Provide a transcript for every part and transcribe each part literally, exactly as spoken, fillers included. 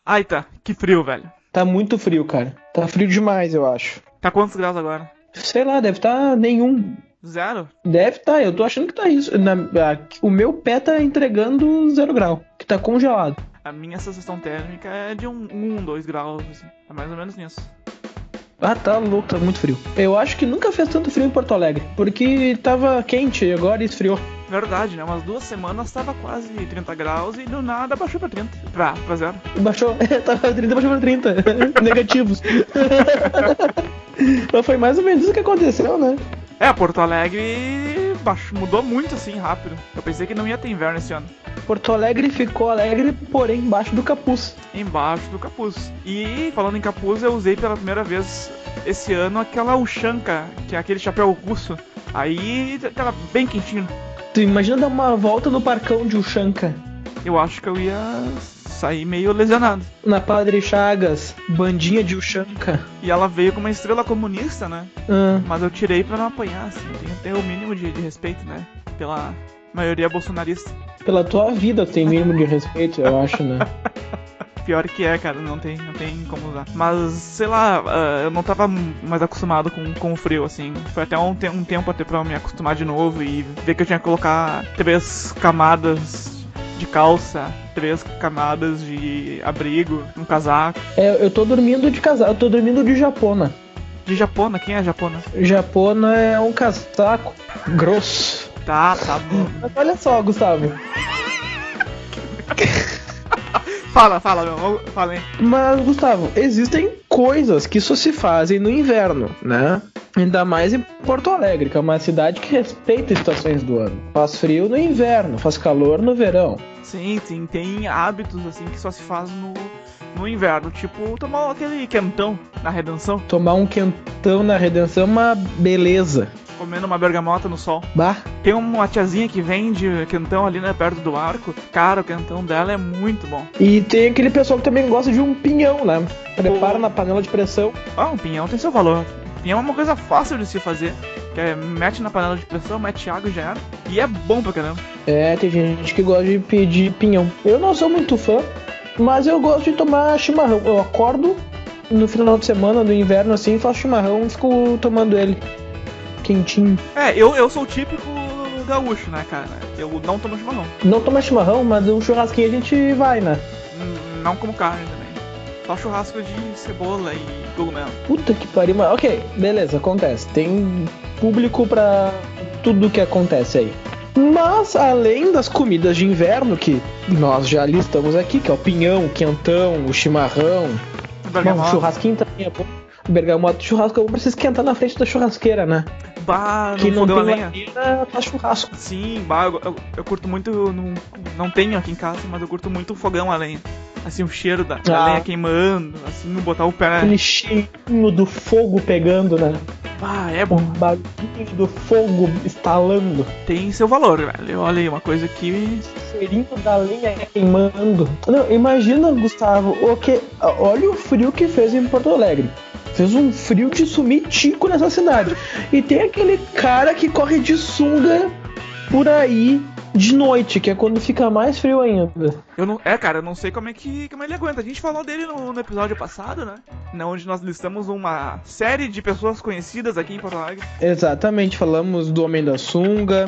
Ai, tá. Que frio, velho. Tá muito frio, cara. Tá frio demais, eu acho. Tá quantos graus agora? Sei lá, deve tá nenhum. Zero? Deve tá, eu tô achando que tá isso. Na- a- o meu pé tá entregando zero grau, que tá congelado. A minha sensação térmica é de um, um dois graus, assim. É mais ou menos nisso. Ah, tá louco, tá muito frio. Eu acho que nunca fez tanto frio em Porto Alegre, porque tava quente e agora esfriou. Verdade, né? Umas duas semanas tava quase trinta graus e do nada baixou pra trinta. Pra, pra zero. Baixou, tava trinta, baixou pra trinta. Negativos. Mas foi mais ou menos isso que aconteceu, né? É, Porto Alegre baixo, mudou muito assim rápido. Eu pensei que não ia ter inverno esse ano. Porto Alegre ficou alegre, porém embaixo do capuz. Embaixo do capuz. E falando em capuz, eu usei pela primeira vez esse ano aquela Ushanka, que é aquele chapéu russo. Aí tava bem quentinho. Tu imagina dar uma volta no parcão de Ushanka. Eu acho que eu ia sair meio lesionado. Na Padre Chagas, bandinha de Ushanka. E ela veio com uma estrela comunista, né? Ah, Mas eu tirei pra não apanhar, assim. Tem que ter o mínimo de, de respeito, né? Pela maioria bolsonarista. pela tua vida tem mínimo de respeito, eu acho, né? Pior que é, cara, não tem, não tem como usar. Mas, sei lá, uh, eu não tava mais acostumado com, com o frio, assim. Foi até um, te- um tempo até pra me acostumar de novo e ver que eu tinha que colocar três camadas de calça, três camadas de abrigo, um casaco. É, eu tô dormindo de casaco, eu tô dormindo de japona. De japona, quem é japona? Japona é um casaco grosso. Tá, tá bom. Mas olha só, Gustavo. Fala, fala, meu, fala aí. Mas, Gustavo, existem coisas que só se fazem no inverno, né? Ainda mais em Porto Alegre, que é uma cidade que respeita as estações do ano. Faz frio no inverno, faz calor no verão. Sim, sim, tem hábitos assim que só se faz no, no inverno, tipo tomar aquele quentão na Redenção, Tomar um quentão na Redenção é uma beleza. comendo uma bergamota no sol. Bah, Tem uma tiazinha que vende quentão ali, né, perto do arco. Cara, o quentão dela é muito bom. e tem aquele pessoal que também gosta de um pinhão, né? Prepara Pô. na panela de pressão. Ah, um pinhão tem seu valor. Pinhão é uma coisa fácil de se fazer. Que é, mete na panela de pressão, mete água e já era. E é bom pra caramba. É, tem gente que gosta de pedir pinhão. Eu não sou muito fã, mas eu gosto de tomar chimarrão. Eu acordo no final de semana, no inverno, assim, faço chimarrão e fico tomando ele. Quentinho. É, eu, eu sou o típico gaúcho, né, cara? Eu não tomo chimarrão. Não toma chimarrão, mas um churrasquinho a gente vai, né? Hum, Não como carne também. Só churrasco de cebola e cogumelo. Puta que pariu, mas ok, beleza, acontece. Tem público pra tudo que acontece aí. Mas, além das comidas de inverno, que nós já listamos aqui, que é o pinhão, o quentão, o chimarrão, bom, o Bergamota. churrasquinho também é bom. O bergamota de churrasco é bom pra se esquentar na frente da churrasqueira, né? Bah, Quem no não fogão tem a lenha. lareira faz churrasco. Sim, bah, eu, eu, eu curto muito, não, não tenho aqui em casa, mas eu curto muito o fogão a lenha. Assim, o cheiro da, da Ah. lenha queimando, assim, botar o pé. Aquele cheirinho do fogo pegando, né? Ah, é O bom. barulhinho do fogo estalando. Tem seu valor, velho. Olha aí, uma coisa que... Cheirinho da lenha queimando. Não, imagina, Gustavo, o que, olha o frio que fez em Porto Alegre. Fez um frio de sumir tico nessa cidade. E tem aquele cara que corre de sunga por aí de noite, que é quando fica mais frio ainda. Eu não... É, cara, eu não sei como é que como ele aguenta. A gente falou dele no, no episódio passado, né? Na onde nós listamos uma série de pessoas conhecidas aqui em Porto Alegre. Exatamente, falamos do Homem da Sunga,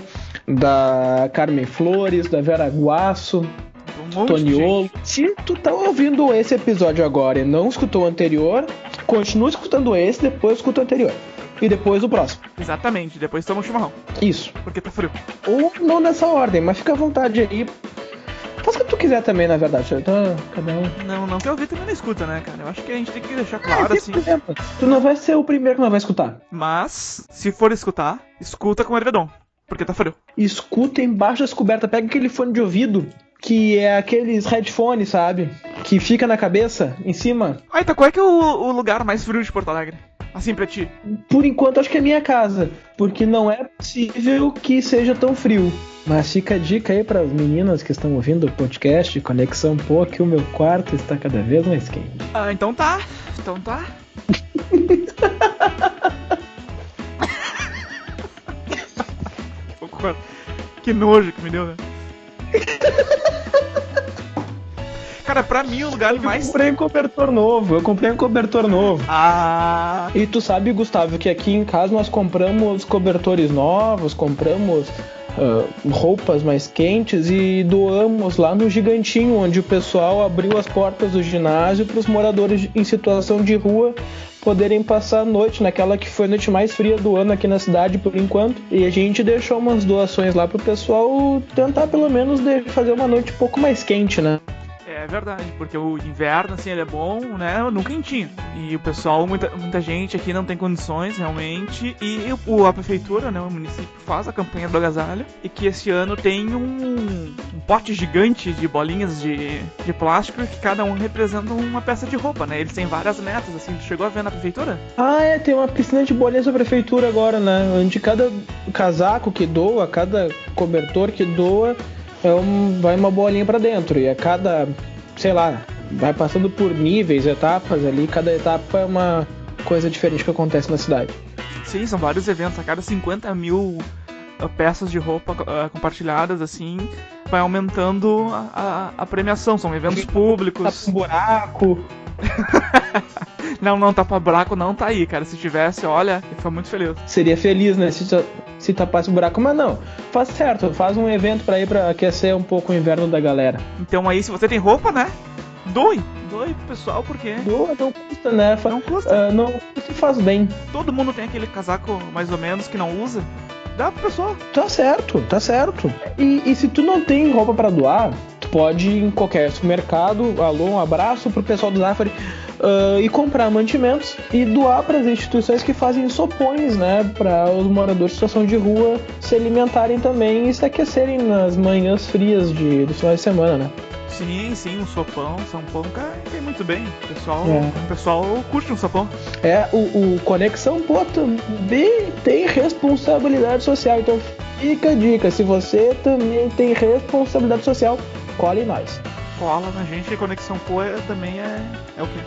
da Carmen Flores, da Vera Guasso, Um monte de Toniolo. gente. Se tu tá ouvindo esse episódio agora e não escutou o anterior, continua escutando esse, depois escuta o anterior. E depois o próximo. Exatamente, depois toma um chimarrão, Isso. porque tá frio. Ou não nessa ordem, mas fica à vontade aí. Faz o que tu quiser também, na verdade. Tá, cada um. Não, não quer ouvir também não escuta, né, cara? Eu acho que a gente tem que deixar claro, Ah, assim. sem problema. Tu não vai ser o primeiro que não vai escutar. Mas, se for escutar, escuta com edredom, porque tá frio. Escuta embaixo das cobertas. Pega aquele fone de ouvido, que é aqueles headphones, sabe? Que fica na cabeça, em cima. Aí, tá, qual é que é o, o lugar mais frio de Porto Alegre? Assim, pra ti. Por enquanto, acho que é minha casa. Porque não é possível que seja tão frio. Mas fica a dica aí para as meninas que estão ouvindo o podcast Conexão Pô, que o meu quarto está cada vez mais quente. Ah, então tá. Então tá. Que nojo que me deu, né? Cara, pra mim o lugar Eu mais... comprei um cobertor novo, eu comprei um cobertor novo. Ah... E tu sabe, Gustavo, que aqui em casa nós compramos cobertores novos, compramos uh, roupas mais quentes e doamos lá no Gigantinho, onde o pessoal abriu as portas do ginásio para os moradores em situação de rua poderem passar a noite, naquela que foi a noite mais fria do ano aqui na cidade por enquanto. E a gente deixou umas doações lá pro pessoal tentar pelo menos fazer uma noite um pouco mais quente, né? É verdade, porque o inverno, assim, ele é bom, né, no quentinho. E o pessoal, muita, muita gente aqui não tem condições, realmente. E o, a prefeitura, né, o município faz a campanha do agasalho. E que esse ano tem um, um pote gigante de bolinhas de, de plástico que cada um representa uma peça de roupa, né. Eles têm várias metas, assim. Tu chegou a ver na prefeitura? Ah, é, tem uma piscina de bolinhas da prefeitura agora, né. Onde cada casaco que doa, cada cobertor que doa, é um, vai uma bolinha pra dentro. E a cada... sei lá, vai passando por níveis, etapas ali, cada etapa é uma coisa diferente que acontece na cidade. Sim, são vários eventos, a cada cinquenta mil uh, peças de roupa uh, compartilhadas, assim, vai aumentando a, a, a premiação, são eventos públicos. Tapa um buraco. Não, não, tapa-buraco não tá aí, cara, se tivesse, olha, eu fico muito feliz. Seria feliz, né, se, se tapasse o buraco, mas não, faz certo, faz um evento pra ir pra aquecer um pouco o inverno da galera. Então aí, se você tem roupa, né, doe, doe pro pessoal, porque... Doa, não custa, né, não custa. Uh, não se faz bem. Todo mundo tem aquele casaco, mais ou menos, que não usa, dá pro pessoal. Tá certo, tá certo. E, e se tu não tem roupa pra doar, tu pode ir em qualquer supermercado, alô, um abraço pro pessoal do Zafari, uh, e comprar mantimentos e doar para as instituições que fazem sopões, né, para os moradores de situação de rua se alimentarem também e se aquecerem nas manhãs frias de, do final de semana, né? Sim, sim, um sopão, são pão cai, cai muito bem. O pessoal, é. o pessoal curte um sopão. É, o, o Conexão Pô também tem responsabilidade social, então fica a dica, se você também tem responsabilidade social, cole em nós. Cola na gente, Conexão Pô é, também é, é o quê?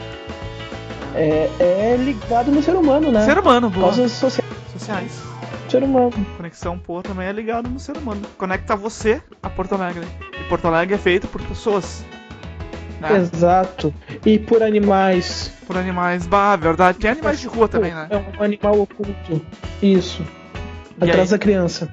É, é ligado no ser humano, né? Ser humano, boa. Causas sociais. Sociais. Ser humano. Conexão Pô também é ligado no ser humano. Conecta você a Porto Alegre. E Porto Alegre é feito por pessoas. Né? Exato. E por animais. Por animais, bah, verdade. Tem animais de rua também, né? É um animal oculto. Isso. E Atrás aí? da criança.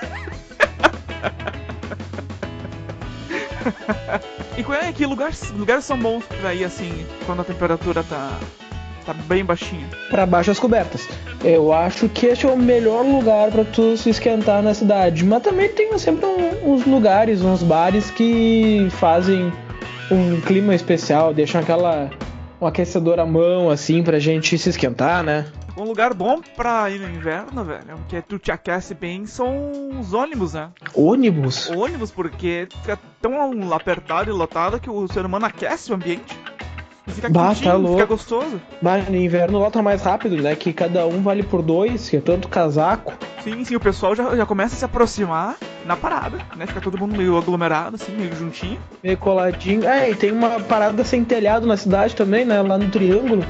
E qual é que lugares, lugares são bons pra ir assim, quando a temperatura tá, tá bem baixinha? Pra baixo as cobertas. Eu acho que esse é o melhor lugar pra tu se esquentar na cidade. Mas também tem sempre um, uns lugares, uns bares que fazem um clima especial, deixam aquela um aquecedor à mão assim pra gente se esquentar, né? Um lugar bom pra ir no inverno, velho, porque tu te aquece bem, são os ônibus, né? Ônibus? Ônibus, porque fica tão apertado e lotado que o ser humano aquece o ambiente. E fica bah, quentinho, tá louco. fica gostoso. Bah, no inverno lota mais rápido, né? Que cada um vale por dois, que é tanto casaco. Sim, sim, o pessoal já, já começa a se aproximar na parada, né? Fica todo mundo meio aglomerado, assim, meio juntinho. Meio coladinho. É, e tem uma parada sem telhado na cidade também, né? Lá no Triângulo.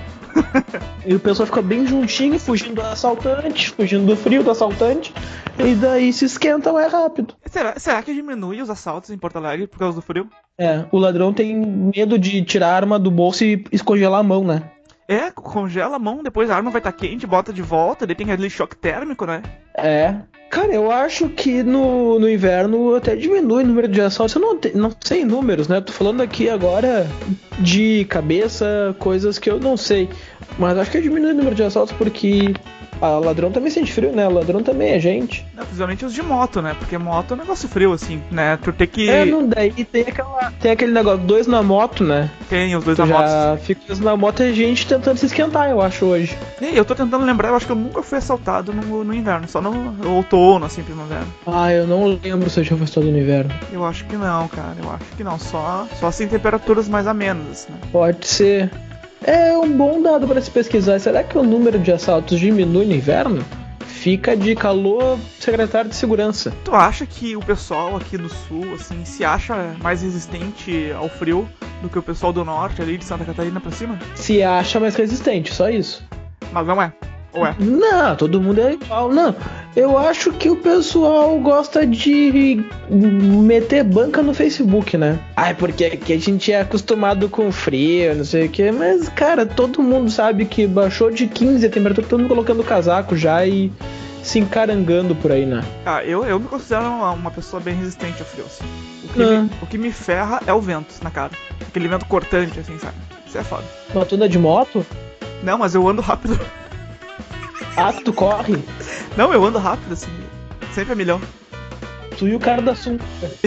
E o pessoal fica bem juntinho, fugindo do assaltante, fugindo do frio do assaltante. E daí se esquenta mais rápido. Será, será que diminui os assaltos em Porto Alegre por causa do frio? É, o ladrão tem medo de tirar a arma do bolso e escongelar a mão, né? É, congela a mão, depois a arma vai estar quente, bota de volta, daí tem aquele choque térmico, né? É. Cara, eu acho que no, no inverno até diminui o número de assaltos. Eu não, te, não sei números, né? Tô falando aqui agora de cabeça, coisas que eu não sei. Mas acho que diminui o número de assaltos porque a ladrão também sente frio, né? O ladrão também é gente. Não, principalmente os de moto, né? Porque moto é um negócio frio, assim, né? Tu tem que... É, não, daí tem, aquela, tem aquele negócio, dois na moto, né? Tem os dois Tu na moto. já fica dois na moto e gente tentando se esquentar, eu acho, hoje. E eu tô tentando lembrar, eu acho que eu nunca fui assaltado no, no inverno, só no outono, assim, primavera. Ah, eu não lembro se eu já fui todo no inverno. Eu acho que não, cara, eu acho que não, só, só assim temperaturas mais amenas, né? Pode ser. É um bom dado para se pesquisar. Será que o número de assaltos diminui no inverno? Fica de calor, secretário de segurança. Tu acha que o pessoal aqui do sul, assim, se acha mais resistente ao frio do que o pessoal do norte, ali de Santa Catarina pra cima? Se acha mais resistente, só isso. Mas não é. Ou é? Não, todo mundo é igual. Não, Eu acho que o pessoal gosta de meter banca no Facebook, né? Ai, porque aqui a gente é acostumado com frio, não sei o que, mas, cara, todo mundo sabe que baixou de quinze a temperatura, todo mundo colocando casaco já e se encarangando por aí, né? Ah, eu, eu me considero uma, uma pessoa bem resistente ao frio, assim. O que, Ah. me, o que me ferra é o vento na cara. Aquele vento cortante, assim, sabe? Isso é foda. Mas tu anda de moto? Não, mas eu ando rápido. Ah, tu corre? Não, eu ando rápido, assim. Sempre a milhão. Tu e o cara da sunga.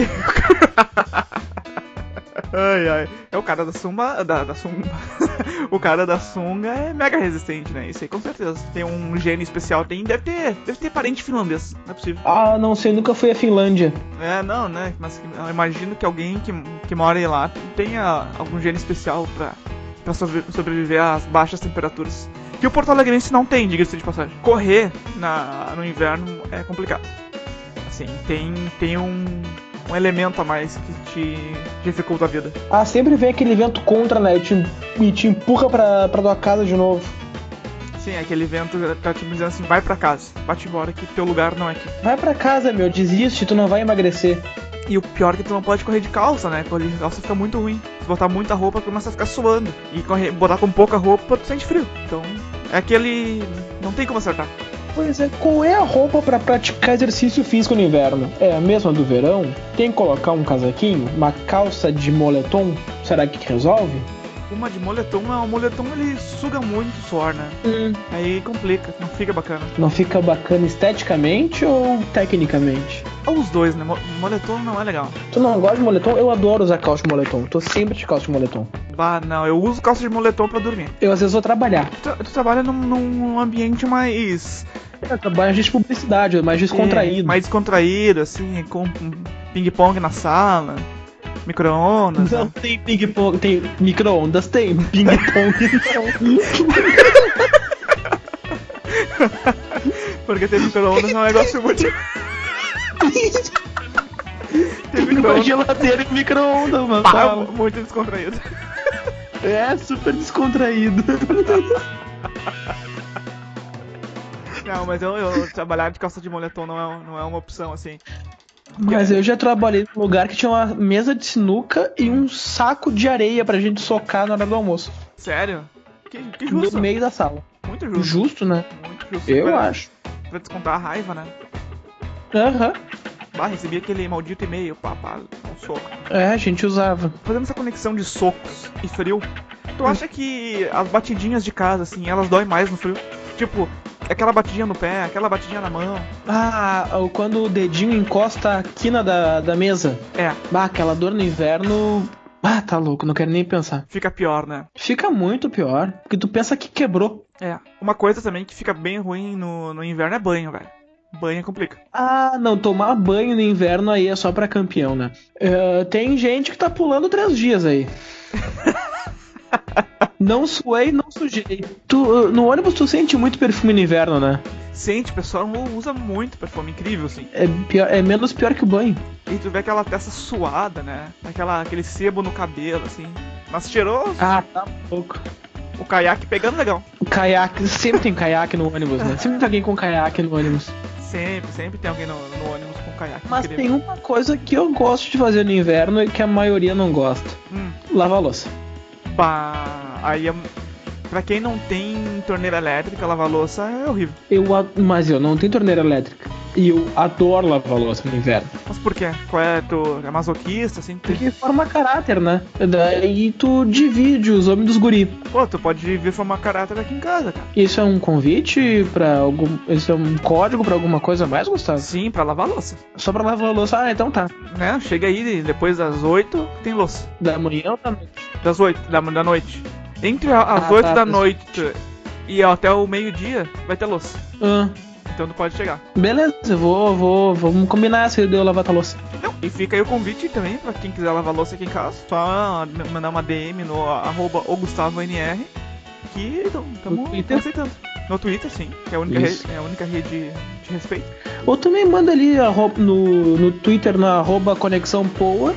Ai, ai. É o cara da sumba. Da, da sumba. O cara da sunga é mega resistente, né? Isso aí com certeza. Tem um gene especial. Tem, deve ter. Deve ter parente finlandês. Não é possível. Ah, não sei, nunca fui à Finlândia. É, não, né? Mas eu imagino que alguém que, que mora aí lá tenha algum gene especial pra, pra sobre- sobreviver às baixas temperaturas. Que o Porto Alegrense não tem, diga-se de passagem. Correr na, no inverno é complicado. Assim, tem, tem um, um elemento a mais que te dificulta a vida. Ah, sempre vem aquele vento contra, né? E te, e te empurra pra, pra tua casa de novo. Sim, aquele vento tá te dizendo assim, vai pra casa, bate embora que teu lugar não é aqui. Vai pra casa, meu, desiste, tu não vai emagrecer. E o pior é que tu não pode correr de calça, né? Correr de calça fica muito ruim. Se botar muita roupa, tu começa a ficar suando. E correr, botar com pouca roupa, tu sente frio. Então, é aquele... não tem como acertar. Pois é, qual é a roupa pra praticar exercício físico no inverno? É a mesma do verão? Tem que colocar um casaquinho? Uma calça de moletom? Será que resolve? Uma de moletom, não, o moletom ele suga muito suor, né? Hum. Aí complica, não fica bacana. Não fica bacana esteticamente ou tecnicamente? Os dois, né? Mo- Moletom não é legal. Tu não gosta de moletom? Eu adoro usar calça de moletom. Tô sempre de calça de moletom. Bah, não, eu uso calça de moletom pra dormir. Eu às vezes vou trabalhar. Tu, tu trabalha num, num ambiente mais... Eu trabalho de publicidade, mais descontraído. É, mais descontraído, assim, com um ping-pong na sala, micro-ondas, Não né? tem ping-pong, tem micro-ondas, tem ping-pong não. Porque ter micro-ondas é um negócio muito... ter Uma micro-ondas geladeira e micro-ondas, mano. pá, Fala. muito descontraído. É, super descontraído. Não, mas eu, eu trabalhar de calça de moletom não é, não é uma opção, assim. Mas eu já trabalhei num lugar que tinha uma mesa de sinuca e um saco de areia pra gente socar na hora do almoço. Sério? Que, que justo. No meio da sala. Muito justo. Justo, né? Muito justo. Eu pra, acho. Pra descontar a raiva, né? Aham. Bah, recebi aquele maldito e-mail, pá, pá, um soco. É, a gente usava. Fazendo essa conexão de socos e frio, tu acha que as batidinhas de casa, assim, elas doem mais no frio? Tipo, aquela batidinha no pé, aquela batidinha na mão. Ah, quando o dedinho encosta a quina da, da mesa. É, Bah, aquela dor no inverno. Ah, tá louco, não quero nem pensar. fica pior, né? Fica muito pior, porque tu pensa que quebrou. É. Uma coisa também que fica bem ruim no, no inverno é banho, velho. Banho complica. Ah, não, tomar banho no inverno aí é só pra campeão, né? É, tem gente que tá pulando três dias aí. Não suei, não sujei. Tu, no ônibus tu sente muito perfume no inverno, né? Sente, o pessoal usa muito perfume, incrível, assim. É, pior, é menos pior que o banho. E tu vê aquela testa suada, né? Aquela, aquele sebo no cabelo, assim. Mas cheiroso. Ah, tá louco. O caiaque pegando legal. O caiaque, sempre tem caiaque no ônibus, né? Sempre tem alguém com caiaque no ônibus. Sempre, sempre tem alguém no, no ônibus com caiaque. Mas incrível. tem uma coisa que eu gosto de fazer no inverno e que a maioria não gosta. Hum, Lavar a louça. bah, aí é... Pra quem não tem torneira elétrica, lavar louça é horrível. Eu, a- mas eu não tenho torneira elétrica. E eu adoro lavar louça no inverno. Mas por quê? Qual é? Tu é masoquista, assim? Tu... Porque forma caráter, né? Daí tu divide os homens dos guri. Pô, tu pode vir formar caráter aqui em casa, cara. Isso é um convite pra algum... Isso é um código pra alguma coisa a mais, Gustavo? Sim, pra lavar louça. Só pra lavar a louça? Ah, então tá. Né? Chega aí, depois das oito, tem louça. Da manhã ou da noite? Das oito, da, da noite. Entre a- as Ah, oito tá, da tá. noite e até o meio-dia, vai ter louça. Ah, Então tu pode chegar. beleza, eu vou, vou, vamos combinar essa de eu lavar a louça. Não, e fica aí o convite também pra quem quiser lavar louça aqui em casa. Só mandar uma D M no arroba o Gustavo N R que estamos No Twitter? aceitando. No Twitter, sim, que é a única, Isso. rede, é a única rede de respeito. Ou também manda ali arro- no, no Twitter, na arroba Conexão Poa,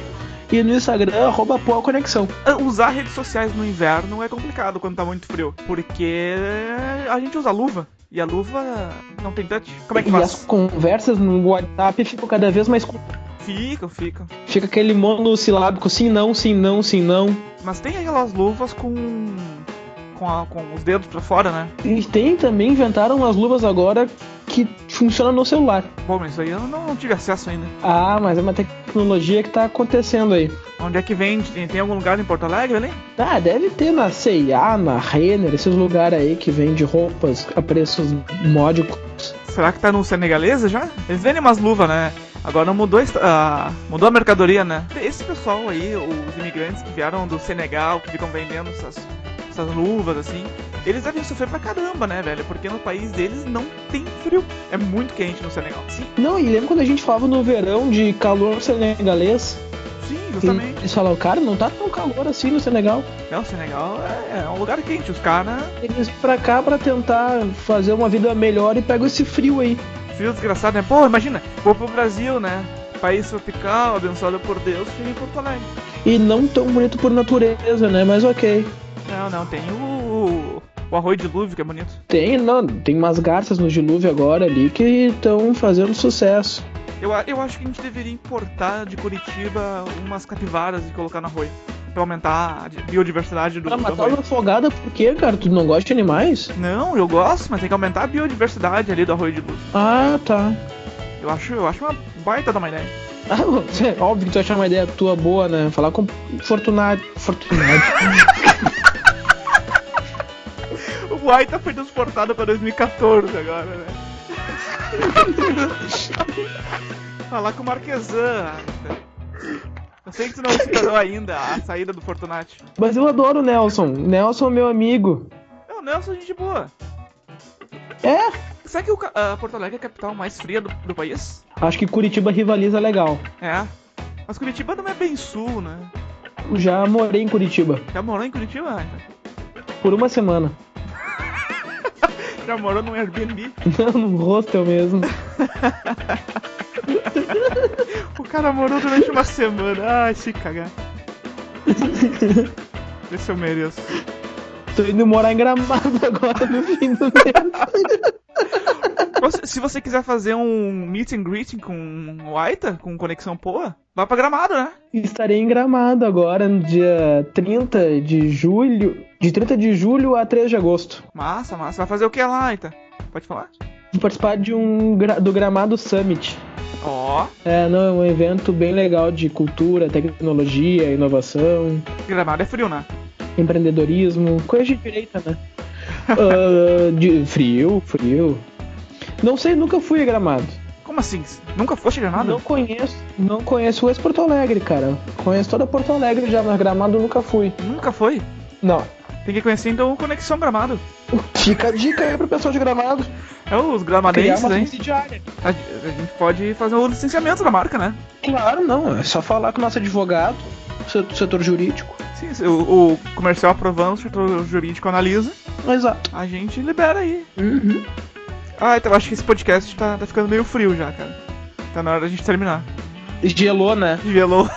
e no Instagram, arroba Poa Conexão. Usar redes sociais no inverno é complicado quando tá muito frio, porque a gente usa luva. E a luva não tem touch. Como é que e faz? as conversas no WhatsApp ficam cada vez mais curtas. Ficam, ficam. Fica aquele monossilábico, sim, não, sim, não, sim, não. Mas tem aquelas luvas com com, a, com os dedos pra fora, né? E tem também, inventaram umas luvas agora que funcionam no celular. Bom, mas isso aí eu não, não tive acesso ainda. Ah, mas é uma tecnologia que tá acontecendo aí. Onde é que vende? Tem, tem algum lugar em Porto Alegre ali? Ah, deve ter na C e A, na Renner, esses lugares aí que vende roupas a preços módicos. Será que tá no senegalesa já? Eles vendem umas luvas, né? Agora mudou, uh, mudou a mercadoria, né? Esse pessoal aí, os imigrantes que vieram do Senegal, que ficam vendendo essas, essas luvas, assim, eles devem sofrer pra caramba, né, velho? Porque no país deles não tem frio. É muito quente no Senegal. Sim. Não, e lembra quando a gente falava no verão de calor senegalês? Sim, justamente. Eles falaram, cara, não tá tão calor assim no Senegal. Não, o Senegal é, é um lugar quente, os caras... Eles vêm pra cá pra tentar fazer uma vida melhor e pegam esse frio aí. Frio desgraçado, né? Pô, imagina, vou pro Brasil, né? País tropical, abençoado por Deus, chega em Porto Alegre. E não tão bonito por natureza, né? Mas ok. Não, não, tem o... o arroio dilúvio, que é bonito. Tem, não, tem umas garças no dilúvio agora ali que estão fazendo sucesso. Eu, eu acho que a gente deveria importar de Curitiba umas capivaras e colocar no arroio. Pra aumentar a biodiversidade do, Pra do matar arroio. uma afogada, por quê, cara? Tu não gosta de animais? Não, eu gosto, mas tem que aumentar a biodiversidade ali do arroio de luz. Ah, tá. Eu acho, eu acho uma baita de uma ideia. Ah, é óbvio que tu achar uma ideia tua boa, né? Falar com Fortunato. Fortunato. O Aita foi transportado pra dois mil e catorze agora, né? Falar com o Marquesan, Aita. Eu sei que tu não superou ainda a saída do Fortunati. Mas eu adoro o Nelson. Nelson é meu amigo. Não, Nelson é gente boa. É? Será que o, uh, Porto Alegre é a capital mais fria do, do país? Acho que Curitiba rivaliza legal. É. Mas Curitiba não é bem sul, né? Já morei em Curitiba. Já morou em Curitiba, Aita? Por uma semana. Já morou num Airbnb? Não, no hostel mesmo. O cara morou durante uma semana. Ai, se cagar. Vê se eu mereço. Tô indo morar em Gramado agora no fim do mês. Se você quiser fazer um meet and greeting com o Aita, com Conexão Poa, vá pra Gramado, né? Estarei em Gramado agora no dia trinta de julho. De trinta de julho a três de agosto. Massa, massa. Vai fazer o que lá, Aita? Pode falar? Vou participar de um do Gramado Summit. Ó. Oh. É, não, é um evento bem legal de cultura, tecnologia, inovação. Gramado é frio, né? Empreendedorismo, coisa de direita, né? uh, de, frio, frio. Não sei, nunca fui a Gramado. Como assim? Nunca foste a Gramado? Não conheço, não conheço o ex-Porto Alegre, cara. Conheço toda Porto Alegre já, mas Gramado nunca fui. Nunca foi? Não. Tem que conhecer então o Conexão Gramado. Fica a dica aí pro pessoal de Gramado. É os gramadenses, uma hein? subsidiária. A, a gente pode fazer o licenciamento da marca, né? Claro, não. É só falar com o nosso advogado, do setor jurídico. Sim, o, o comercial aprovando, o setor jurídico analisa. Exato. A gente libera aí. Uhum. Ah, então eu acho que esse podcast tá, tá ficando meio frio já, cara. Tá na hora da gente terminar. Gelou, né? Gelou.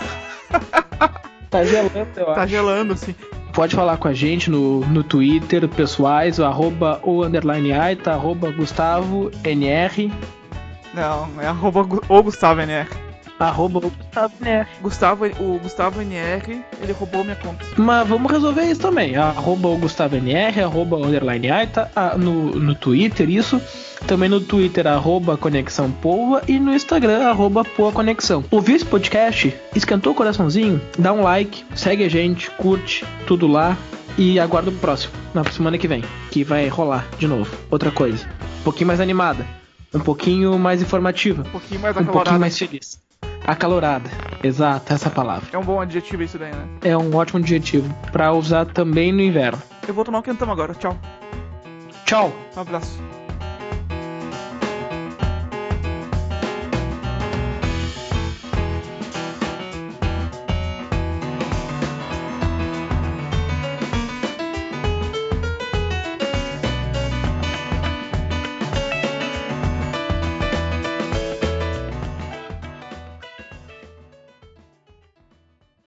Tá gelando, eu acho. Tá gelando, assim. Pode falar com a gente no, no Twitter, pessoais, o arroba o underline aita, arroba Gustavo N R. Não, é arroba o Gustavo N R. Arroba o Gustavo N R. Gustavo, o Gustavo N R, ele roubou minha conta. Mas vamos resolver isso também. Arroba o Gustavo N R, arroba underline aita, no, no Twitter, isso. Também no Twitter, arroba Conexão Poa, e no Instagram, arroba Poa Conexão. Ouviu esse podcast? Esquentou o coraçãozinho? Dá um like, segue a gente, curte, tudo lá. E aguarda o próximo, na semana que vem, que vai rolar de novo. Outra coisa, um pouquinho mais animada, um pouquinho mais informativa, um pouquinho mais um acalorada. pouquinho mais feliz. Acalorada, exato, essa palavra. É um bom adjetivo isso daí, né? É um ótimo adjetivo, pra usar também no inverno. Eu vou tomar um quentão agora, tchau. Tchau. Um abraço.